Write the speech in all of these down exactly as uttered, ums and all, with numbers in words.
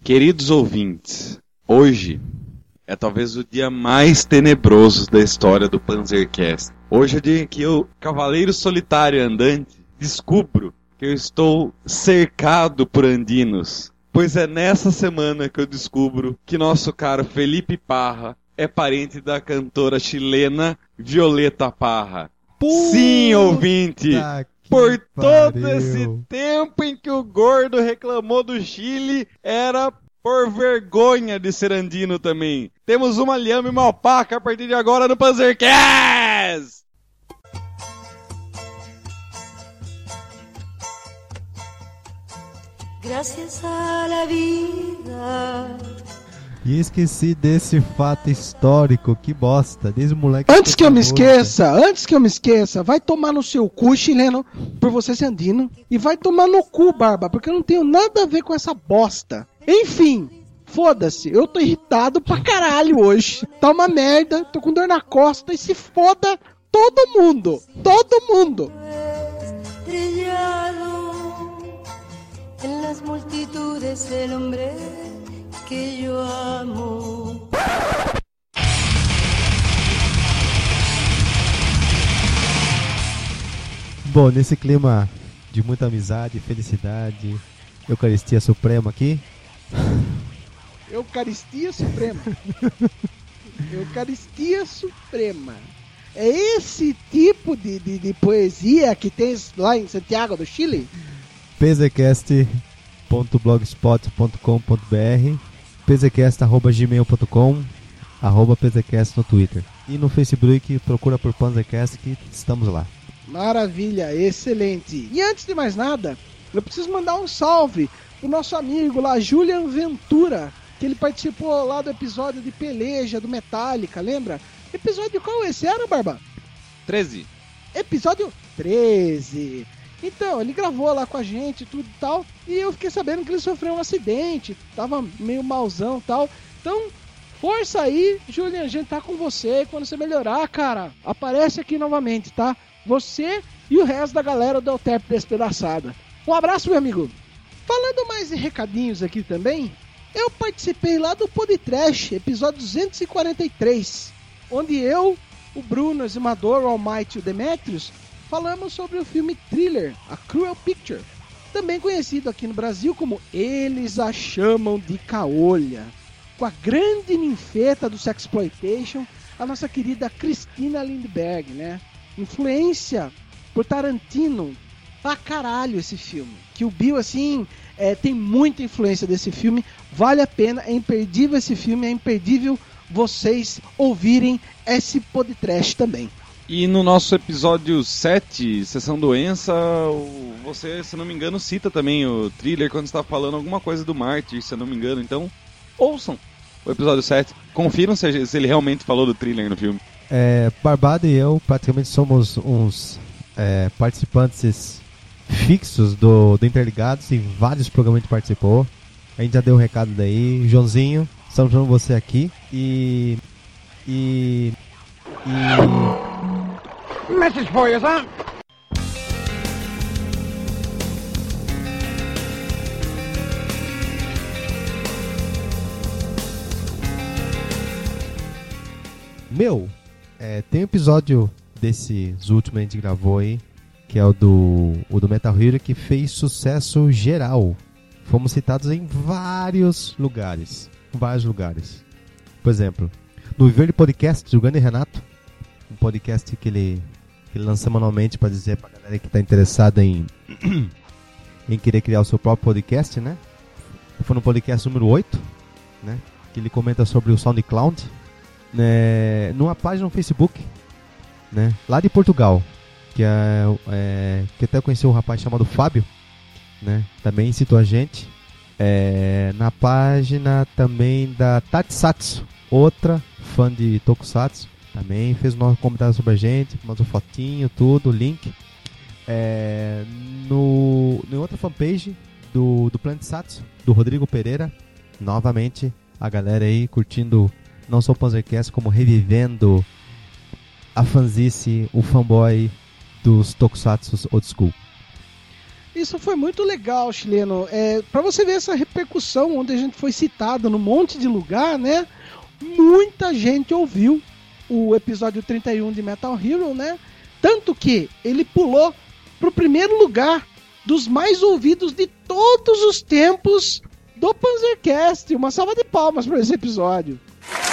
Queridos ouvintes, hoje é talvez o dia mais tenebroso da história do Panzercast. Hoje é o dia em que eu, cavaleiro solitário andante, descubro que eu estou cercado por andinos. Pois é nessa semana que eu descubro que nosso caro Felipe Parra é parente da cantora chilena Violeta Parra. Puta Sim, ouvinte! Por todo pariu. Esse tempo em que o gordo reclamou do Chile, era por vergonha de ser andino também. Temos uma lhama e uma alpaca a partir de agora no Panzercast! Gracias a la vida. E esqueci desse fato histórico, que bosta, desde o moleque... Antes que eu me esqueça, antes que eu me esqueça, vai tomar no seu cu, chileno, por você ser andino, e vai tomar no cu, Barba, porque eu não tenho nada a ver com essa bosta. Enfim, foda-se, eu tô irritado pra caralho hoje. Tá uma merda, tô com dor na costa, e se foda todo mundo, todo mundo. En las multitudes el hombre que yo amo. Bom, nesse clima de muita amizade, felicidade, Eucaristia Suprema aqui. Eucaristia Suprema. Eucaristia Suprema. É esse tipo de, de, de poesia que tem lá em Santiago do Chile? pzcast ponto blogspot ponto com ponto br, pzcast arroba gmail ponto com, arroba pzcast no Twitter. E no Facebook, procura por Panzercast que estamos lá. Maravilha, excelente. E antes de mais nada, eu preciso mandar um salve pro nosso amigo lá, Julian Ventura, que ele participou lá do episódio de peleja do Metallica, lembra? Episódio qual esse era, Barba? treze. Episódio treze. Então, ele gravou lá com a gente e tudo e tal, e eu fiquei sabendo que ele sofreu um acidente, tava meio malzão e tal. Então, força aí, Julian, a gente tá com você, quando você melhorar, cara, aparece aqui novamente, tá? Você e o resto da galera do Altep Despedaçada. Um abraço, meu amigo. Falando mais em recadinhos aqui também, eu participei lá do Podtrash, episódio duzentos e quarenta e três, onde eu, o Bruno, o Exumador, o Almighty e o Demetrius falamos sobre o filme Thriller, A Cruel Picture, também conhecido aqui no Brasil como Eles a Chamam de Caolha, com a grande ninfeta do sexploitation, a nossa querida Cristina Lindbergh, né? Influência por Tarantino, pra caralho esse filme. Que o Bill, assim, é, tem muita influência desse filme, vale a pena, é imperdível esse filme, é imperdível vocês ouvirem esse podcast também. E no nosso episódio sete, Sessão Doença, você, se não me engano, cita também o Thriller quando está falando alguma coisa do Mártir, se eu não me engano. Então, ouçam o episódio sete. Confiram se, se ele realmente falou do Thriller no filme. É, Barbado e eu praticamente somos uns é, participantes fixos do, do Interligados, em vários programas que a gente participou. A gente já deu um recado daí. Joãozinho, estamos chamando você aqui. E... E... E... Message for you, son. Meu, é, tem um episódio desses últimos que a gente gravou aí, que é o do, o do Metal Hero, que fez sucesso geral. Fomos citados em vários lugares. Vários lugares. Por exemplo, no Verde Podcast do Grande Renato, um podcast que ele, que ele lança manualmente para dizer pra galera que tá interessada em, em querer criar o seu próprio podcast, né? Foi no podcast número oito, né? Que ele comenta sobre o SoundCloud, né? Numa página no Facebook, né? Lá de Portugal, que, é, é, que até conheceu um rapaz chamado Fábio, né? Também citou a gente. É, na página também da Tatsatsu, outra fã de Tokusatsu, também fez um novo comentário sobre a gente, mandou fotinho, tudo, link. É, no, em outra fanpage do, do Planet Satsu, do Rodrigo Pereira, novamente a galera aí curtindo não só o Panzercast, como revivendo a fanzice, o fanboy dos Tokusatsu Old School. Isso foi muito legal, chileno. É, pra você ver essa repercussão, onde a gente foi citado num monte de lugar, né? Muita gente ouviu o episódio trinta e um de Metal Hero, né? Tanto que ele pulou pro primeiro lugar dos mais ouvidos de todos os tempos do Panzercast. Uma salva de palmas para esse episódio.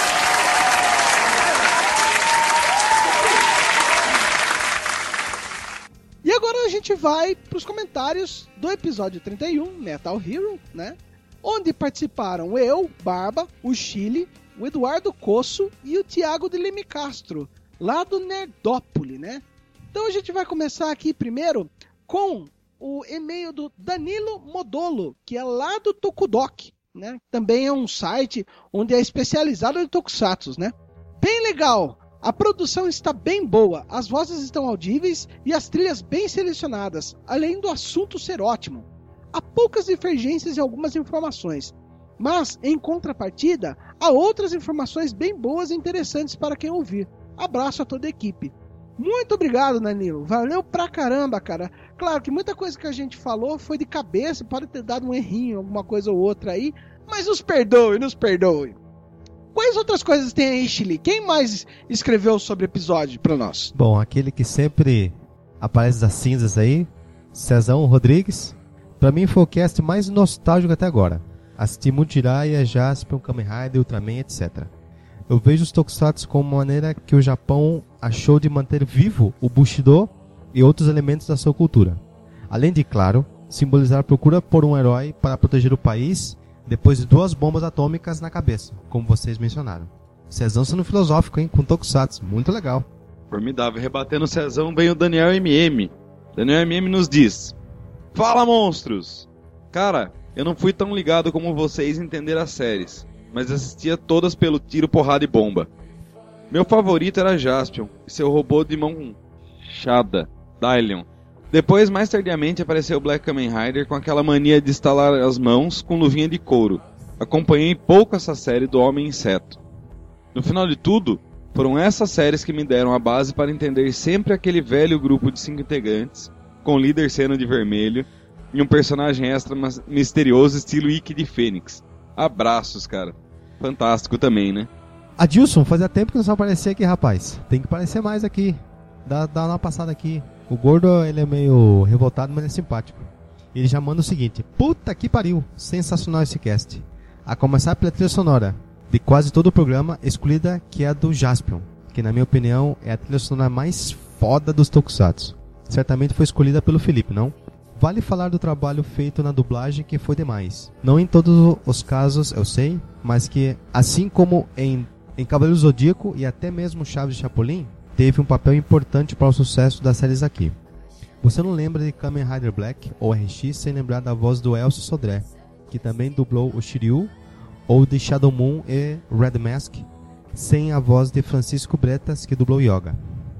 E agora a gente vai para os comentários do episódio trinta e um, Metal Hero, né? Onde participaram eu, Barba, o Chile, o Eduardo Cosso e o Thiago de Leme Castro, lá do Nerdópolis, né? Então a gente vai começar aqui primeiro com o e-mail do Danilo Modolo, que é lá do Tokudok, né? Também é um site onde é especializado em tokusatsu, né? Bem legal! A produção está bem boa, as vozes estão audíveis e as trilhas bem selecionadas, além do assunto ser ótimo. Há poucas divergências e algumas informações, mas, em contrapartida, há outras informações bem boas e interessantes para quem ouvir. Abraço a toda a equipe. Muito obrigado, Danilo. Valeu pra caramba, cara. Claro que muita coisa que a gente falou foi de cabeça, pode ter dado um errinho, alguma coisa ou outra aí, mas nos perdoe, nos perdoe. Quais outras coisas tem aí, Chile? Quem mais escreveu sobre o episódio pra nós? Bom, aquele que sempre aparece das cinzas aí, Cezão Rodrigues. Pra mim foi o cast mais nostálgico até agora. Assisti muito Jiraiya, Jaspion, Kamen Rider, Ultraman, etcétera. Eu vejo os tokusatsu como uma maneira que o Japão achou de manter vivo o Bushido e outros elementos da sua cultura. Além de, claro, simbolizar a procura por um herói para proteger o país depois de duas bombas atômicas na cabeça, como vocês mencionaram. Cezão sendo filosófico, hein? Com tokusatsu. Muito legal. Formidável. Rebatendo o Cezão vem o Daniel M M. Daniel M M nos diz: fala, monstros! Cara, eu não fui tão ligado como vocês em entender as séries, mas assistia todas pelo tiro, porrada e bomba. Meu favorito era Jaspion e seu robô de mão chada, Dylion. Depois, mais tardiamente, apareceu o Black Kamen Rider com aquela mania de estalar as mãos com luvinha de couro. Acompanhei pouco essa série do Homem Inseto. No final de tudo, foram essas séries que me deram a base para entender sempre aquele velho grupo de cinco integrantes, com o líder sendo de vermelho e um personagem extra misterioso estilo Ikki de Fênix. Abraços, cara. Fantástico também, né? Adilson, fazia tempo que não só aparecia aqui, rapaz. Tem que aparecer mais aqui. Dá, dá uma passada aqui. O gordo, ele é meio revoltado, mas é simpático. Ele já manda o seguinte: puta que pariu, sensacional esse cast. A começar pela trilha sonora de quase todo o programa, escolhida que é a do Jaspion, que na minha opinião é a trilha sonora mais foda dos tokusatsu. Certamente foi escolhida pelo Felipe, não? Vale falar do trabalho feito na dublagem, que foi demais. Não em todos os casos, eu sei, mas que, assim como em, em Cavaleiro Zodíaco e até mesmo Chaves de Chapolin, teve um papel importante para o sucesso das séries aqui. Você não lembra de Kamen Rider Black ou R X sem lembrar da voz do Elcio Sodré, que também dublou o Shiryu, ou de Shadow Moon e Red Mask, sem a voz de Francisco Bretas, que dublou Yoga.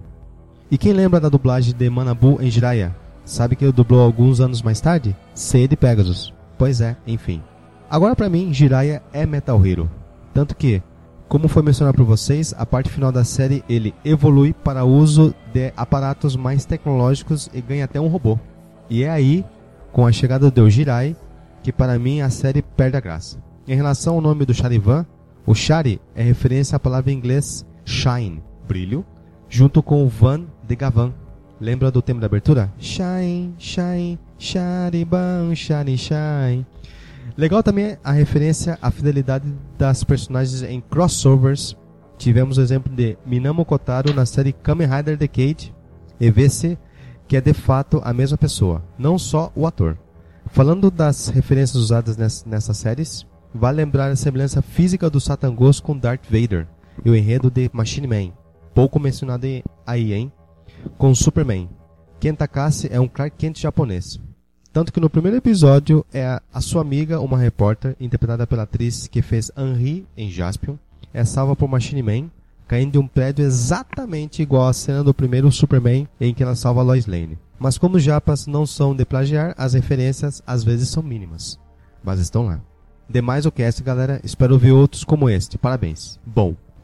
E quem lembra da dublagem de Manabu em Jiraiya? Sabe que ele dublou alguns anos mais tarde? C de Pegasus. Pois é, enfim. Agora pra mim, Jiraiya é Metal Hero. Tanto que, como foi mencionado por vocês, a parte final da série ele evolui para o uso de aparatos mais tecnológicos e ganha até um robô. E é aí, com a chegada do Jirai, que para mim a série perde a graça. Em relação ao nome do Charivan, o Shari é referência à palavra em inglês shine, brilho, junto com o Van de Gavan. Lembra do tema da abertura? Shine, shine, Shariban, shine, shine. Legal também a referência à fidelidade das personagens em crossovers. Tivemos o exemplo de Minamo Kotaro na série Kamen Rider Decade, e vê-se que é de fato a mesma pessoa, não só o ator. Falando das referências usadas ness, nessas séries, vale lembrar a semelhança física do Satan Ghost com Darth Vader e o enredo de Machine Man, pouco mencionado aí, hein? Com Superman. Ken Takase é um Clark Kent japonês. Tanto que no primeiro episódio é a, a sua amiga, uma repórter, interpretada pela atriz que fez Henri em Jaspion, é salva por Machine Man, caindo de um prédio exatamente igual à cena do primeiro Superman em que ela salva Lois Lane. Mas como os japas não são de plagiar, as referências às vezes são mínimas. Mas estão lá. Demais o cast, galera. Espero ver outros como este. Parabéns. Bom,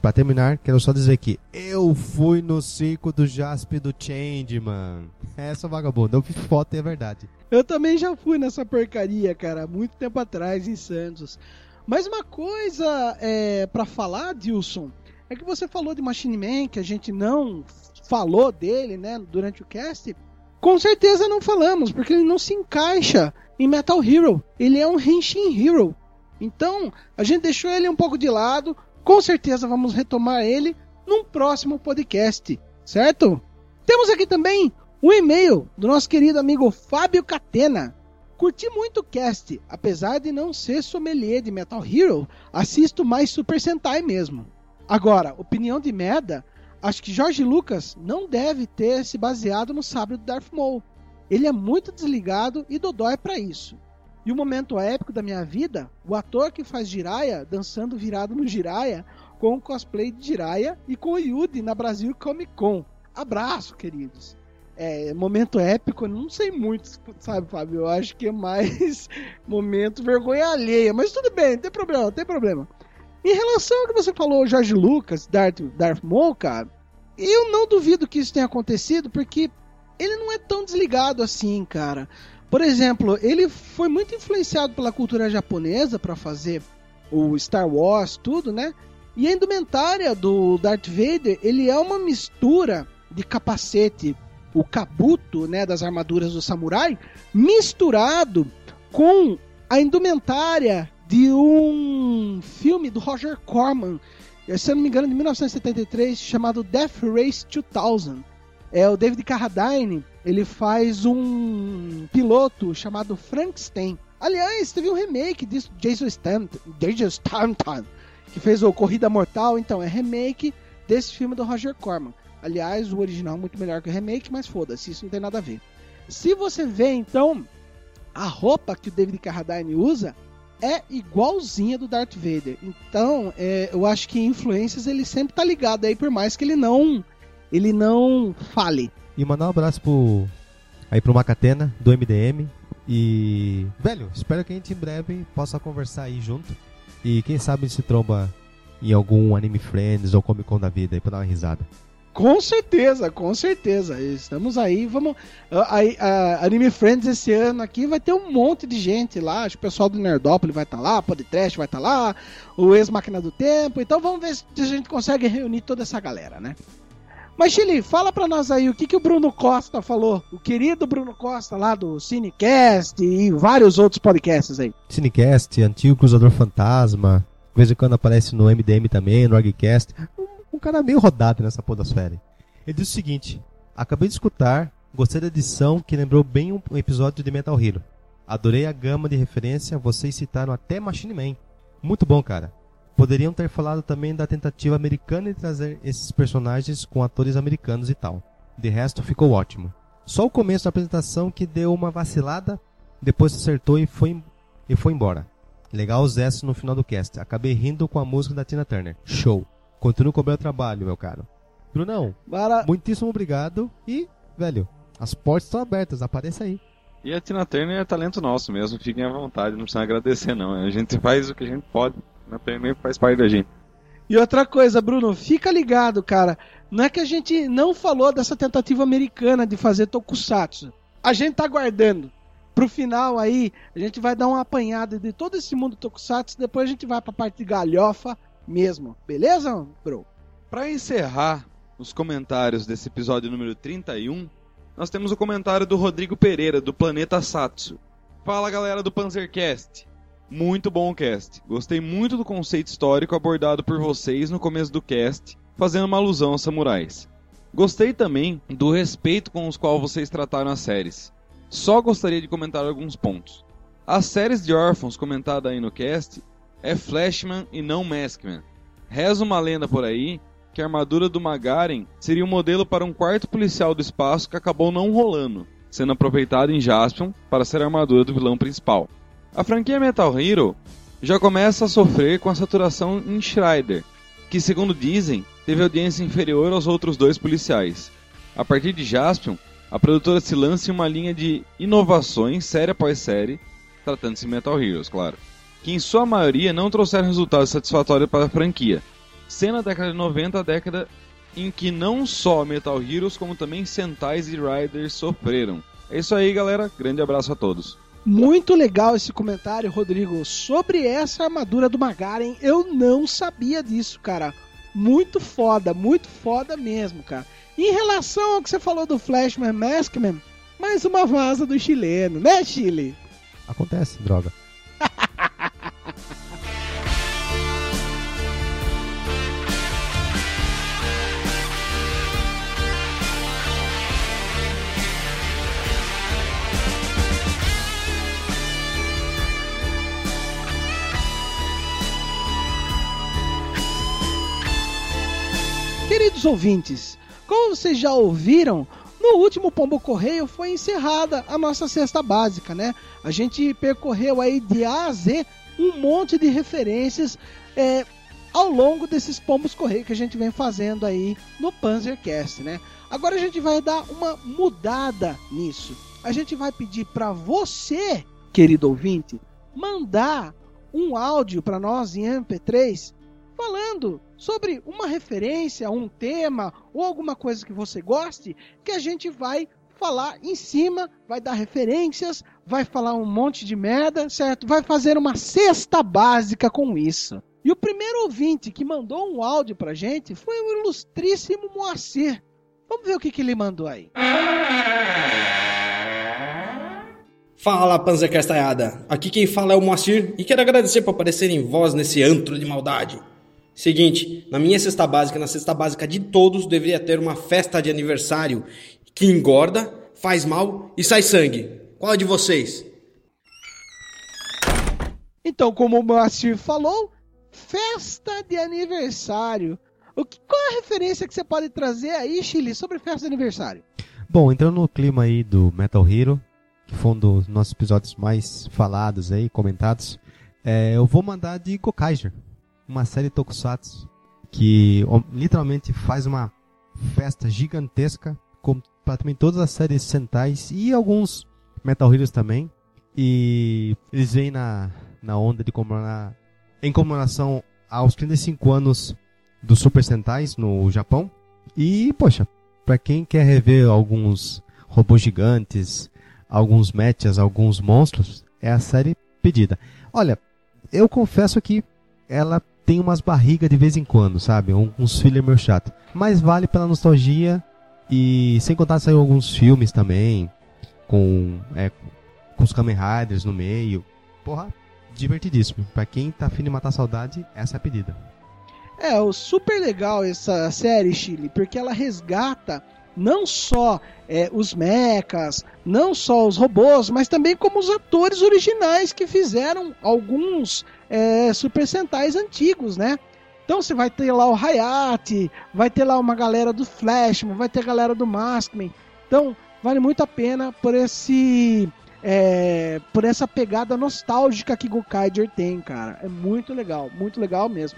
pra terminar, quero só dizer que eu fui no circo do Jasper do Changeman. Essa vagabunda, eu vi foto e é verdade. Eu também já fui nessa porcaria, cara, muito tempo atrás, em Santos. Mas uma coisa é, pra falar, Dilson, é que você falou de Machine Man, que a gente não falou dele, né, durante o cast. Com certeza não falamos, porque ele não se encaixa em Metal Hero. Ele é um Henshin Hero. Então, a gente deixou ele um pouco de lado. Com certeza vamos retomar ele num próximo podcast, certo? Temos aqui também um e-mail do nosso querido amigo Fábio Catena. Curti muito o cast, apesar de não ser sommelier de Metal Hero, assisto mais Super Sentai mesmo. Agora, opinião de merda, acho que Jorge Lucas não deve ter se baseado no sabre do Darth Maul. Ele é muito desligado e dodói pra isso. E o momento épico da minha vida, o ator que faz Jiraiya dançando virado no Jiraiya com o cosplay de Jiraiya e com o Yudi na Brasil Comic Con. Abraço, queridos. É, momento épico, não sei muito, sabe, Fábio? Eu acho que é mais momento vergonha alheia. Mas tudo bem, não tem problema, não tem problema. Em relação ao que você falou, Jorge Lucas, Darth, Darth Maul, cara, eu não duvido que isso tenha acontecido, porque ele não é tão desligado assim, cara. Por exemplo, ele foi muito influenciado pela cultura japonesa para fazer o Star Wars, tudo, né? E a indumentária do Darth Vader, ele é uma mistura de capacete, o kabuto, né, das armaduras do samurai, misturado com a indumentária de um filme do Roger Corman, se eu não me engano, de mil novecentos e setenta e três, chamado Death Race dois mil. É o David Carradine, ele faz um piloto chamado Frankenstein. Aliás, teve um remake disso, Jason Stanton, Jason Stanton, que fez o Corrida Mortal. Então, é remake desse filme do Roger Corman. Aliás, o original é muito melhor que o remake, mas foda-se, isso não tem nada a ver. Se você vê, então, a roupa que o David Carradine usa é igualzinha do Darth Vader. Então, é, eu acho que influências ele sempre tá ligado aí, por mais que ele não, ele não fale. E mandar um abraço pro, aí pro Macatena, do M D M. E, velho, espero que a gente em breve possa conversar aí junto. E quem sabe se tromba em algum Anime Friends ou Comic Con da vida aí pra dar uma risada. Com certeza, com certeza. Estamos aí, vamos... A, a, a Anime Friends esse ano aqui vai ter um monte de gente lá. Acho que o pessoal do Nerdópolis vai estar tá lá, Podcast vai estar tá lá, o Ex-Máquina do Tempo. Então vamos ver se a gente consegue reunir toda essa galera, né? Mas, Chile, fala pra nós aí o que, que o Bruno Costa falou. O querido Bruno Costa lá do Cinecast e vários outros podcasts aí. Cinecast, Antigo Cruzador Fantasma, de vez em quando aparece no M D M também, no Orgcast. Um cara meio rodado nessa podosfera. Ele diz o seguinte: acabei de escutar, gostei da edição que lembrou bem um episódio de Metal Hero. Adorei a gama de referência, vocês citaram até Machine Man. Muito bom, cara. Poderiam ter falado também da tentativa americana de trazer esses personagens com atores americanos e tal. De resto, ficou ótimo. Só o começo da apresentação que deu uma vacilada, depois acertou e foi, e foi embora. Legal os S no final do cast. Acabei rindo com a música da Tina Turner. Show. Continue com o belo trabalho, meu caro. Brunão, Bara... muitíssimo obrigado. E, velho, as portas estão abertas, apareça aí. E a Tina Turner é talento nosso mesmo, fiquem à vontade, não precisa agradecer não. A gente faz o que a gente pode, a Tina Turner faz parte da gente. E outra coisa, Bruno, fica ligado, cara. Não é que a gente não falou dessa tentativa americana de fazer tokusatsu. A gente tá aguardando. Pro final aí, a gente vai dar uma apanhada de todo esse mundo tokusatsu, depois a gente vai pra parte de galhofa mesmo. Beleza, bro? Pra encerrar os comentários desse episódio número trinta e um, nós temos o comentário do Rodrigo Pereira, do Planeta Satsu. Fala, galera do Panzercast. Muito bom o cast. Gostei muito do conceito histórico abordado por vocês no começo do cast, fazendo uma alusão aos samurais. Gostei também do respeito com os qual vocês trataram as séries. Só gostaria de comentar alguns pontos. As séries de órfãos comentadas aí no cast é Flashman e não Maskman. Reza uma lenda por aí que a armadura do Magaren seria um modelo para um quarto policial do espaço que acabou não rolando, sendo aproveitado em Jaspion para ser a armadura do vilão principal. A franquia Metal Hero já começa a sofrer com a saturação em Shredder, que, segundo dizem, teve audiência inferior aos outros dois policiais. A partir de Jaspion, a produtora se lança em uma linha de inovações, série após série, tratando-se de Metal Heroes, claro, que em sua maioria não trouxeram resultados satisfatórios para a franquia. sendo a década de noventa a década em que não só Metal Heroes, como também Sentais e Riders sofreram. É isso aí, galera. Grande abraço a todos. Muito legal esse comentário, Rodrigo, sobre essa armadura do Magaren. Eu não sabia disso, cara. Muito foda, muito foda mesmo, cara. Em relação ao que você falou do Flashman Maskman, mais uma vaza do chileno, né, Chile? Acontece, droga. Queridos ouvintes, como vocês já ouviram, no último Pombo Correio foi encerrada a nossa cesta básica, né? A gente percorreu aí de A a Z um monte de referências é, ao longo desses Pombos Correio que a gente vem fazendo aí no Panzercast, né? Agora a gente vai dar uma mudada nisso. A gente vai pedir para você, querido ouvinte, mandar um áudio para nós em M P três falando sobre uma referência, um tema ou alguma coisa que você goste, que a gente vai falar em cima, vai dar referências, vai falar um monte de merda, certo? Vai fazer uma cesta básica com isso. E o primeiro ouvinte que mandou um áudio pra gente foi o ilustríssimo Moacir. Vamos ver o que, que ele mandou aí. Fala, Panzercastaiada. Aqui quem fala é o Moacir e quero agradecer por aparecer em voz nesse antro de maldade. Seguinte, na minha cesta básica, na cesta básica de todos, deveria ter uma festa de aniversário que engorda, faz mal e sai sangue. Qual é de vocês? Então, como o Moacir falou, festa de aniversário. O que, qual é a referência que você pode trazer aí, Chile, sobre festa de aniversário? Bom, entrando no clima aí do Metal Hero, que foi um dos nossos episódios mais falados aí, comentados, é, eu vou mandar de Gokaiger. Uma série Tokusatsu que literalmente faz uma festa gigantesca com praticamente todas as séries Sentais e alguns Metal Heroes também. E eles vêm na, na onda de comemorar, em comemoração aos trinta e cinco anos do Super Sentais no Japão. E, poxa, pra quem quer rever alguns robôs gigantes, alguns mechas, alguns monstros, é a série pedida. Olha, eu confesso que ela tem umas barrigas de vez em quando, sabe? Um, uns filler meio chato. Mas vale pela nostalgia e sem contar saiu alguns filmes também com, é, com os Kamen Riders no meio. Porra, divertidíssimo. Pra quem tá afim de matar saudade, essa é a pedida. É, o super legal essa série, Chile, porque ela resgata não só é, os mechas, não só os robôs, mas também como os atores originais que fizeram alguns é, Super Sentais antigos, né? Então você vai ter lá o Hayate, vai ter lá uma galera do Flashman, vai ter a galera do Maskman. Então vale muito a pena por esse é, por essa pegada nostálgica que Gokaiger tem, cara. É muito legal, muito legal mesmo.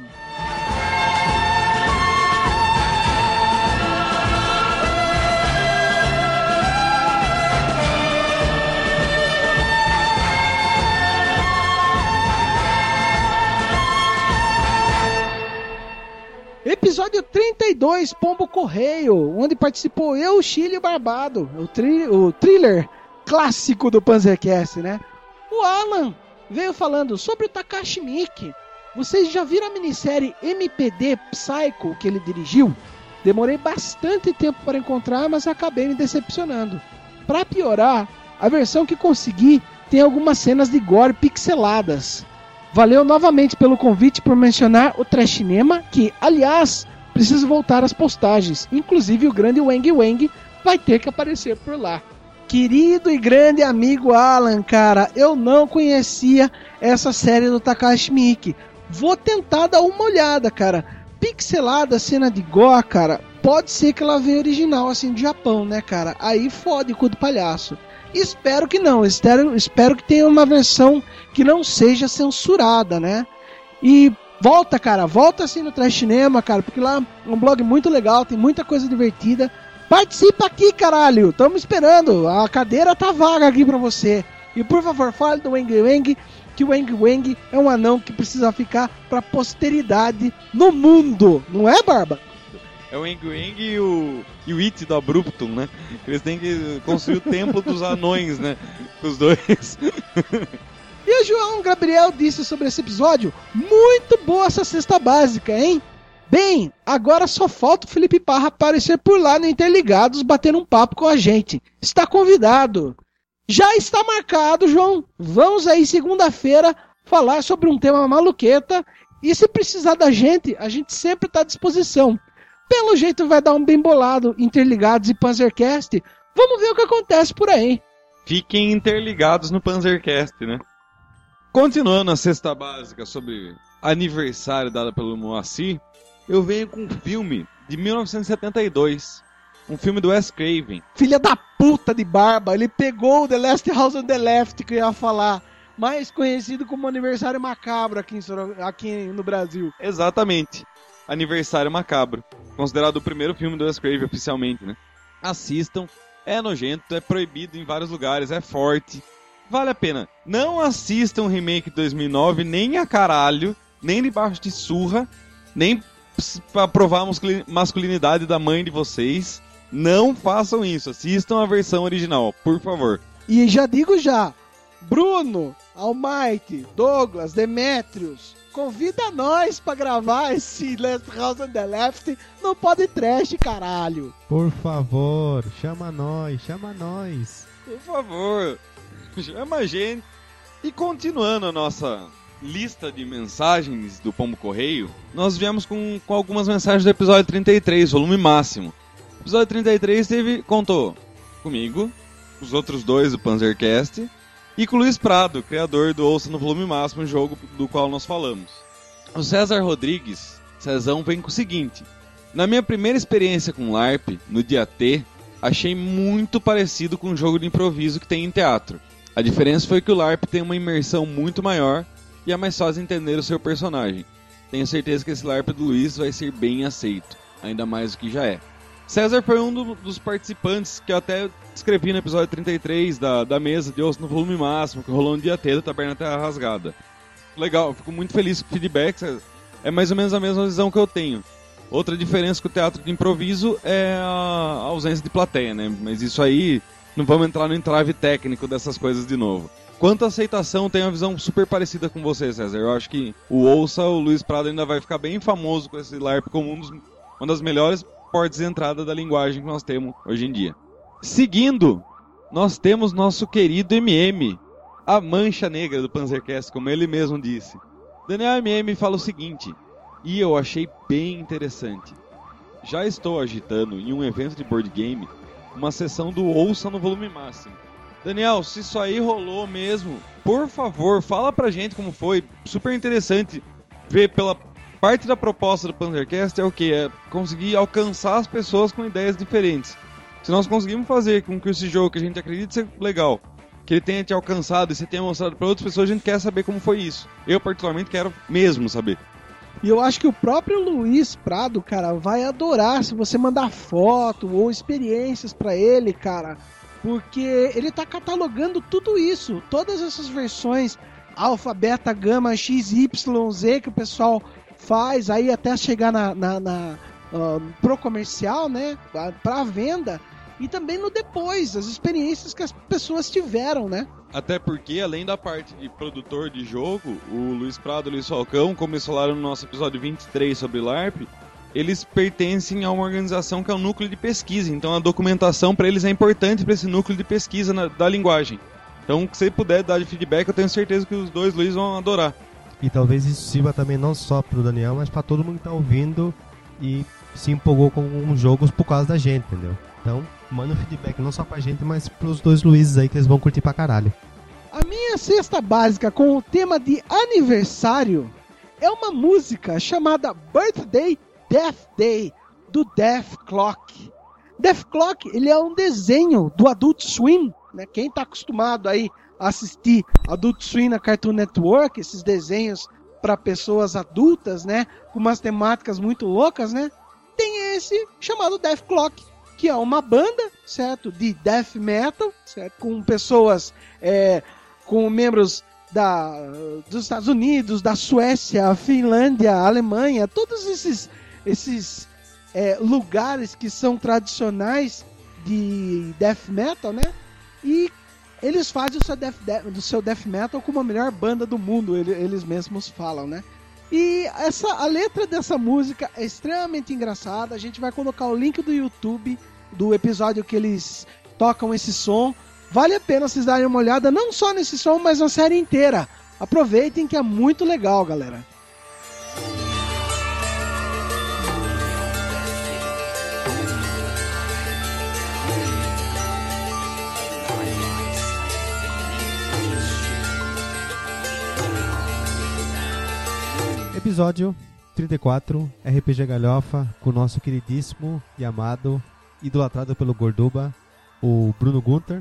Episódio trinta e dois, Pombo Correio, onde participou eu, Chile e o Barbado, o, tri- o thriller clássico do Panzercast, né? O Alan veio falando sobre o Takashi Miike. Vocês já viram a minissérie M P D Psycho que ele dirigiu? Demorei bastante tempo para encontrar, mas acabei me decepcionando. Para piorar, a versão que consegui tem algumas cenas de gore pixeladas. Valeu novamente pelo convite por mencionar o Trash Cinema, que, aliás, precisa voltar às postagens. Inclusive o grande Wang Wang vai ter que aparecer por lá. Querido e grande amigo Alan, cara, eu não conhecia essa série do Takashi Miike. Vou tentar dar uma olhada, cara. Pixelada, cena de gore, cara, pode ser que ela venha original, assim, do Japão, né, cara? Aí fode o cu do palhaço. Espero que não, espero, espero que tenha uma versão que não seja censurada, né? E volta, cara, volta assim no Trash Cinema, cara, porque lá é um blog muito legal, tem muita coisa divertida. Participa aqui, caralho, estamos esperando, a cadeira tá vaga aqui pra você. E por favor, fale do Wang Wang que o Wang Wang é um anão que precisa ficar pra posteridade no mundo, não é, Barba? É o Wang Wang e o, e o It do Abruptum, né? Eles têm que construir o templo dos anões, né? Os dois. E o João Gabriel disse sobre esse episódio, muito boa essa cesta básica, hein? Bem, agora só falta o Felipe Parra aparecer por lá no Interligados batendo um papo com a gente. Está convidado. Já está marcado, João. Vamos aí segunda-feira falar sobre um tema maluqueta. E se precisar da gente, a gente sempre está à disposição. Pelo jeito vai dar um bem bolado Interligados e Panzercast. Vamos ver o que acontece por aí. Fiquem interligados no Panzercast, né? Continuando a cesta básica sobre aniversário dado pelo Moacir, eu venho com um filme de mil novecentos e setenta e dois. Um filme do Wes Craven. Filha da puta de Barba, ele pegou o The Last House on the Left que eu ia falar. Mais conhecido como Aniversário Macabro aqui, em Soro... aqui no Brasil. Exatamente. Aniversário Macabro. Considerado o primeiro filme do Wes Craven oficialmente, né? Assistam. É nojento, é proibido em vários lugares, é forte. Vale a pena. Não assistam o remake de dois mil e nove, nem a caralho, nem debaixo de surra, nem pra provar a masculinidade da mãe de vocês. Não façam isso. Assistam a versão original, por favor. E já digo já, Bruno, Almighty, Douglas, Demetrius, convida nós pra gravar esse Last House on the Left no podcast, caralho. Por favor, chama nós, chama nós. Por favor, chama a gente. E continuando a nossa lista de mensagens do Pombo Correio, nós viemos com, com algumas mensagens do episódio trinta e três, volume máximo. O episódio trinta e três teve, contou comigo, os outros dois do Panzercast, e com o Luiz Prado, criador do Ouça no Volume Máximo, jogo do qual nós falamos. O César Rodrigues, Cezão, vem com o seguinte: na minha primeira experiência com LARP, no dia T, achei muito parecido com um jogo de improviso que tem em teatro. A diferença foi que o LARP tem uma imersão muito maior e é mais fácil entender o seu personagem. Tenho certeza que esse LARP do Luiz vai ser bem aceito, ainda mais do que já é. César foi um do, dos participantes que eu até escrevi no episódio trinta e três da, da mesa de Ouça no Volume Máximo, que rolou um dia T da Taberna Terra Rasgada. Legal, fico muito feliz com o feedback, é mais ou menos a mesma visão que eu tenho. Outra diferença com o teatro de improviso é a ausência de plateia, né? Mas isso aí, não vamos entrar no entrave técnico dessas coisas de novo. Quanto à aceitação, tenho uma visão super parecida com você, César. Eu acho que o Ouça, o Luiz Prado ainda vai ficar bem famoso com esse LARP como um dos, uma das melhores portas de entrada da linguagem que nós temos hoje em dia. Seguindo, nós temos nosso querido M M, a mancha negra do Panzercast, como ele mesmo disse. Daniel M M fala o seguinte, e eu achei bem interessante. Já estou agitando em um evento de board game uma sessão do Ouça no Volume Máximo. Daniel, se isso aí rolou mesmo, por favor, fala pra gente como foi. Super interessante ver pela parte da proposta do Panzercast é o que? É conseguir alcançar as pessoas com ideias diferentes. Se nós conseguimos fazer com que esse jogo que a gente acredita ser legal, que ele tenha te alcançado e você tenha mostrado para outras pessoas, a gente quer saber como foi isso. Eu particularmente quero mesmo saber. E eu acho que o próprio Luiz Prado, cara, vai adorar se você mandar foto ou experiências pra ele, cara. Porque ele tá catalogando tudo isso, todas essas versões alfa, beta, gama, x, y, z que o pessoal faz aí até chegar na, na, na uh, pro comercial, né, pra venda, e também no depois, as experiências que as pessoas tiveram, né. Até porque, além da parte de produtor de jogo, o Luiz Prado e o Luiz Falcão, como eles falaram no nosso episódio vinte e três sobre LARP, eles pertencem a uma organização que é o núcleo de pesquisa, então a documentação para eles é importante para esse núcleo de pesquisa na, da linguagem. Então, se você puder dar de feedback, eu tenho certeza que os dois Luiz vão adorar. E talvez isso sirva também não só pro Daniel, mas para todo mundo que tá ouvindo e se empolgou com os jogos por causa da gente, entendeu? Então, manda um feedback não só pra gente, mas pros dois Luizes aí que eles vão curtir pra caralho. A minha cesta básica com o tema de aniversário é uma música chamada Birthday Death Day, do Death Clock. Death Clock, ele é um desenho do Adult Swim, né? Quem tá acostumado aí a assistir Adult Swim na Cartoon Network, esses desenhos para pessoas adultas, né? Com umas temáticas muito loucas, né? Tem esse chamado Death Clock, que é uma banda, certo? De death metal, certo? Com pessoas, é, com membros da, dos Estados Unidos, da Suécia, Finlândia, Alemanha, todos esses, esses é, lugares que são tradicionais de death metal, né? E eles fazem o seu death, do seu death metal como a melhor banda do mundo, eles mesmos falam, né? E essa, a letra dessa música é extremamente engraçada. A gente vai colocar o link do YouTube do episódio que eles tocam esse som. Vale a pena vocês darem uma olhada, não só nesse som, mas na série inteira. Aproveitem que é muito legal, galera. Episódio trinta e quatro, R P G Galhofa, com o nosso queridíssimo e amado, idolatrado pelo Gorduba, o Bruno Gunter.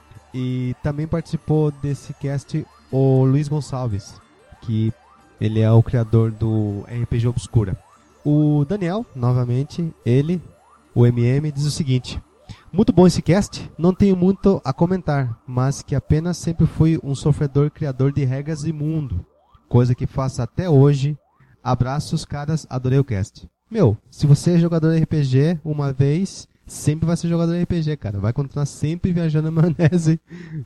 E também participou desse cast o Luiz Gonçalves, que ele é o criador do R P G Obscura. O Daniel, novamente, ele, o M M, diz o seguinte: muito bom esse cast, não tenho muito a comentar, mas que apenas sempre fui um sofredor criador de regras de mundo, coisa que faço até hoje. Abraços, caras, adorei o cast. Meu, se você é jogador de R P G uma vez, sempre vai ser jogador de R P G, cara. Vai continuar sempre viajando na maionese.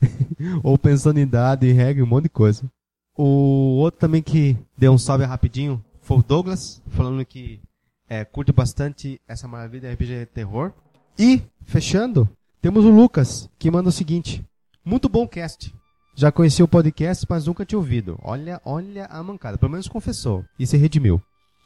Ou pensando em dado, em regra, um monte de coisa. O outro também que deu um salve rapidinho foi o Douglas, falando que é, curte bastante essa maravilha de R P G terror. E, fechando, temos o Lucas, que manda o seguinte: muito bom cast. Já conheci o podcast, mas nunca tinha ouvido. Olha, olha a mancada. Pelo menos confessou. E se redimiu.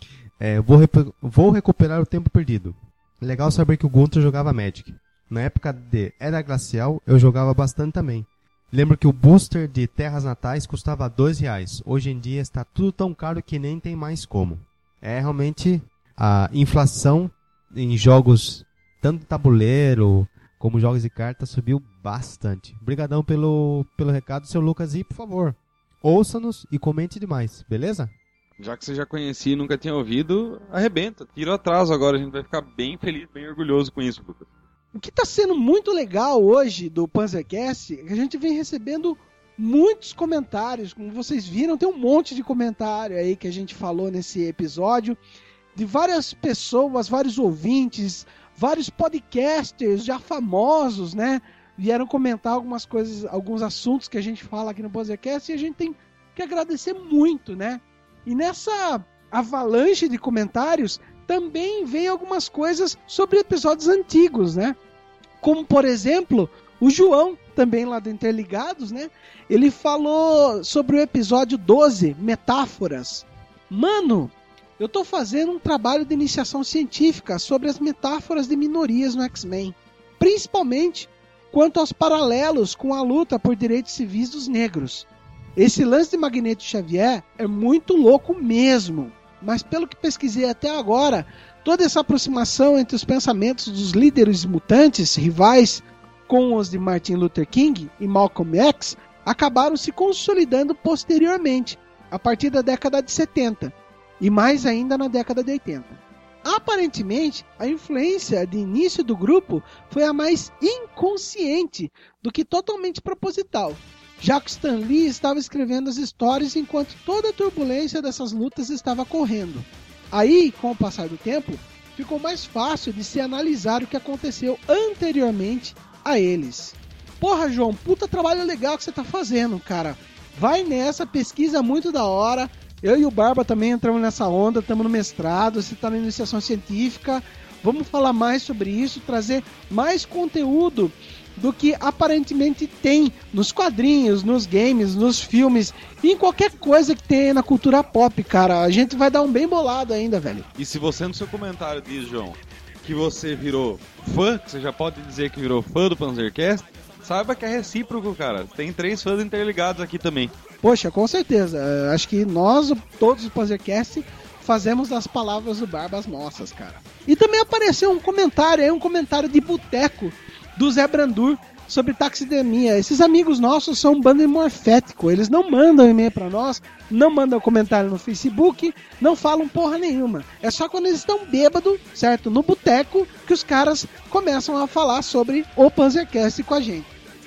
É, vou, rep- vou recuperar o tempo perdido. Legal saber que o Gunter jogava Magic. Na época de Era Glacial, eu jogava bastante também. Lembro que o booster de Terras Natais custava dois reais. Hoje em dia está tudo tão caro que nem tem mais como. É realmente a inflação em jogos, tanto de tabuleiro como jogos de cartas, subiu bastante. Obrigadão pelo, pelo recado, seu Lucas. E, por favor, ouça-nos e comente demais, beleza? Já que você já conhecia e nunca tinha ouvido, arrebenta. Tira o atraso agora, a gente vai ficar bem feliz, bem orgulhoso com isso, Lucas. O que está sendo muito legal hoje do PanzerCast é que a gente vem recebendo muitos comentários. Como vocês viram, tem um monte de comentário aí que a gente falou nesse episódio, de várias pessoas, vários ouvintes, vários podcasters já famosos, né? Vieram comentar algumas coisas, alguns assuntos que a gente fala aqui no PanzerCast, e a gente tem que agradecer muito, né? E nessa avalanche de comentários também veio algumas coisas sobre episódios antigos, né? Como, por exemplo, o João, também lá do Interligados, né? Ele falou sobre o episódio doze, Metáforas. Mano, eu tô fazendo um trabalho de iniciação científica sobre as metáforas de minorias no X-Men, principalmente quanto aos paralelos com a luta por direitos civis dos negros. Esse lance de Magneto Xavier é muito louco mesmo, mas pelo que pesquisei até agora, toda essa aproximação entre os pensamentos dos líderes mutantes rivais com os de Martin Luther King e Malcolm X acabaram se consolidando posteriormente, a partir da década de setenta. E mais ainda na década de oitenta. Aparentemente, a influência de início do grupo foi a mais inconsciente do que totalmente proposital, já que Stan Lee estava escrevendo as histórias enquanto toda a turbulência dessas lutas estava correndo. Aí, com o passar do tempo, ficou mais fácil de se analisar o que aconteceu anteriormente a eles. Porra, João, puta trabalho legal que você tá fazendo, cara. Vai nessa, pesquisa muito da hora. Eu e o Barba também entramos nessa onda, estamos no mestrado, você está na iniciação científica. Vamos falar mais sobre isso, trazer mais conteúdo do que aparentemente tem nos quadrinhos, nos games, nos filmes e em qualquer coisa que tenha na cultura pop, cara. A gente vai dar um bem bolado ainda, velho. E se você no seu comentário diz, João, que você virou fã, que você já pode dizer que virou fã do PanzerCast, saiba que é recíproco, cara. Tem três fãs interligados aqui também. Poxa, com certeza. Acho que nós, todos os PanzerCast, fazemos das palavras do Barba as nossas, cara. E também apareceu um comentário aí, um comentário de boteco do Zé Brandur sobre taxidermia. Esses amigos nossos são um bando de morfético. Eles não mandam e-mail pra nós, não mandam comentário no Facebook, não falam porra nenhuma. É só quando eles estão bêbados, certo? No boteco, que os caras começam a falar sobre o PanzerCast com a gente.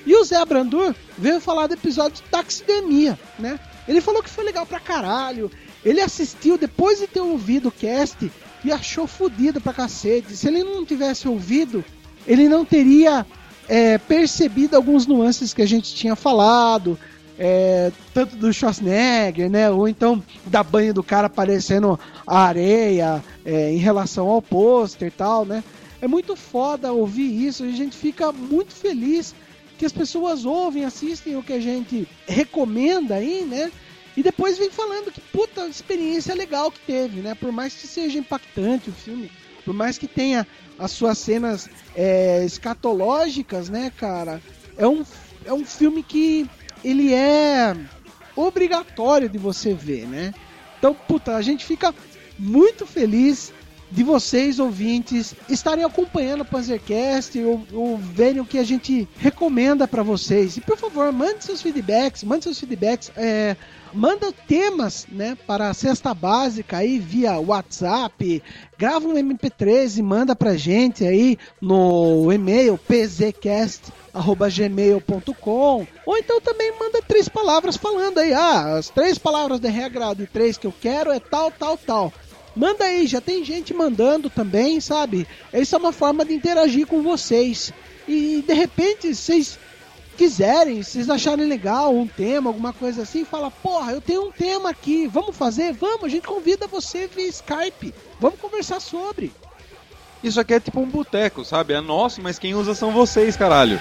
E o Zé Abrandur veio falar do episódio de taxidermia, né? Ele falou que foi legal pra caralho. Ele assistiu depois de ter ouvido o cast e achou fodido pra cacete. Se ele não tivesse ouvido, ele não teria é, percebido alguns nuances que a gente tinha falado. É, tanto do Schwarzenegger, né? Ou então da banha do cara aparecendo a areia é, em relação ao pôster e tal, né? É muito foda ouvir isso. A gente fica muito feliz que as pessoas ouvem, assistem o que a gente recomenda aí, né? E depois vem falando que puta experiência legal que teve, né? Por mais que seja impactante o filme, por mais que tenha as suas cenas é, escatológicas, né, cara? É um, é um filme que ele é obrigatório de você ver, né? Então, puta, a gente fica muito feliz de vocês, ouvintes, estarem acompanhando o Panzercast ou, ou verem o que a gente recomenda para vocês. E, por favor, mande seus feedbacks, mande seus feedbacks, é, manda temas, né, para a Cesta Básica aí via WhatsApp, grava um M P três e manda pra gente aí no e-mail p z cast arroba gmail ponto com, ou então também manda três palavras falando aí, ah, as três palavras de regra de três que eu quero é tal, tal, tal. Manda aí, já tem gente mandando também, sabe? Essa é uma forma de interagir com vocês. E de repente, vocês quiserem, se vocês acharem legal um tema, alguma coisa assim, fala, porra, eu tenho um tema aqui, vamos fazer? Vamos, a gente convida você via Skype, vamos conversar sobre. Isso aqui é tipo um boteco, sabe? É nosso, mas quem usa são vocês, caralho.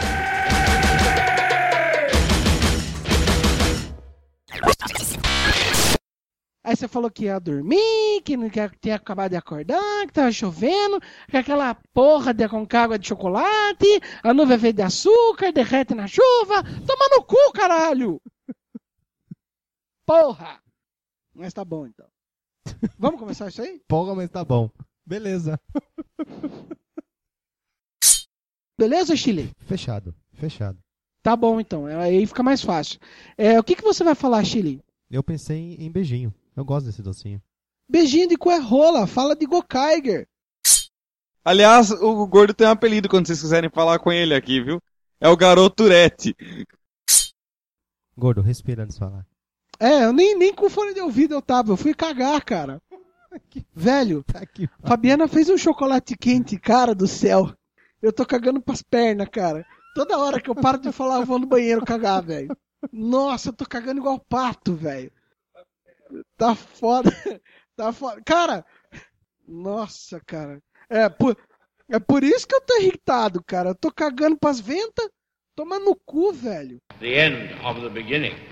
Aí você falou que ia dormir, que não que tinha acabado de acordar, que tava chovendo, que aquela porra de Aconcagua de chocolate, a nuvem é feita de açúcar, derrete na chuva. Toma no cu, caralho! Porra! Mas tá bom, então. Vamos começar isso aí? Porra, mas tá bom. Beleza. Beleza, Chile? Fechado, fechado. Tá bom, então. Aí fica mais fácil. É, o que, que você vai falar, Chile? Eu pensei em, em beijinho. Eu gosto desse docinho. Beijinho de coerrola. Fala de Gokaiger. Aliás, o Gordo tem um apelido quando vocês quiserem falar com ele aqui, viu? É o Garoto Tourette. Gordo, respira antes de falar. É, eu nem, nem com fone de ouvido eu tava. Eu fui cagar, cara. Velho, Fabiana fez um chocolate quente, cara do céu. Eu tô cagando pras pernas, cara. Toda hora que eu paro de falar, eu vou no banheiro cagar, velho. Nossa, eu tô cagando igual pato, velho. Tá foda. Tá foda. Cara, nossa, cara. É por, é por isso que eu tô irritado, cara. Eu tô cagando pras ventas, toma no cu, velho. The end of the beginning.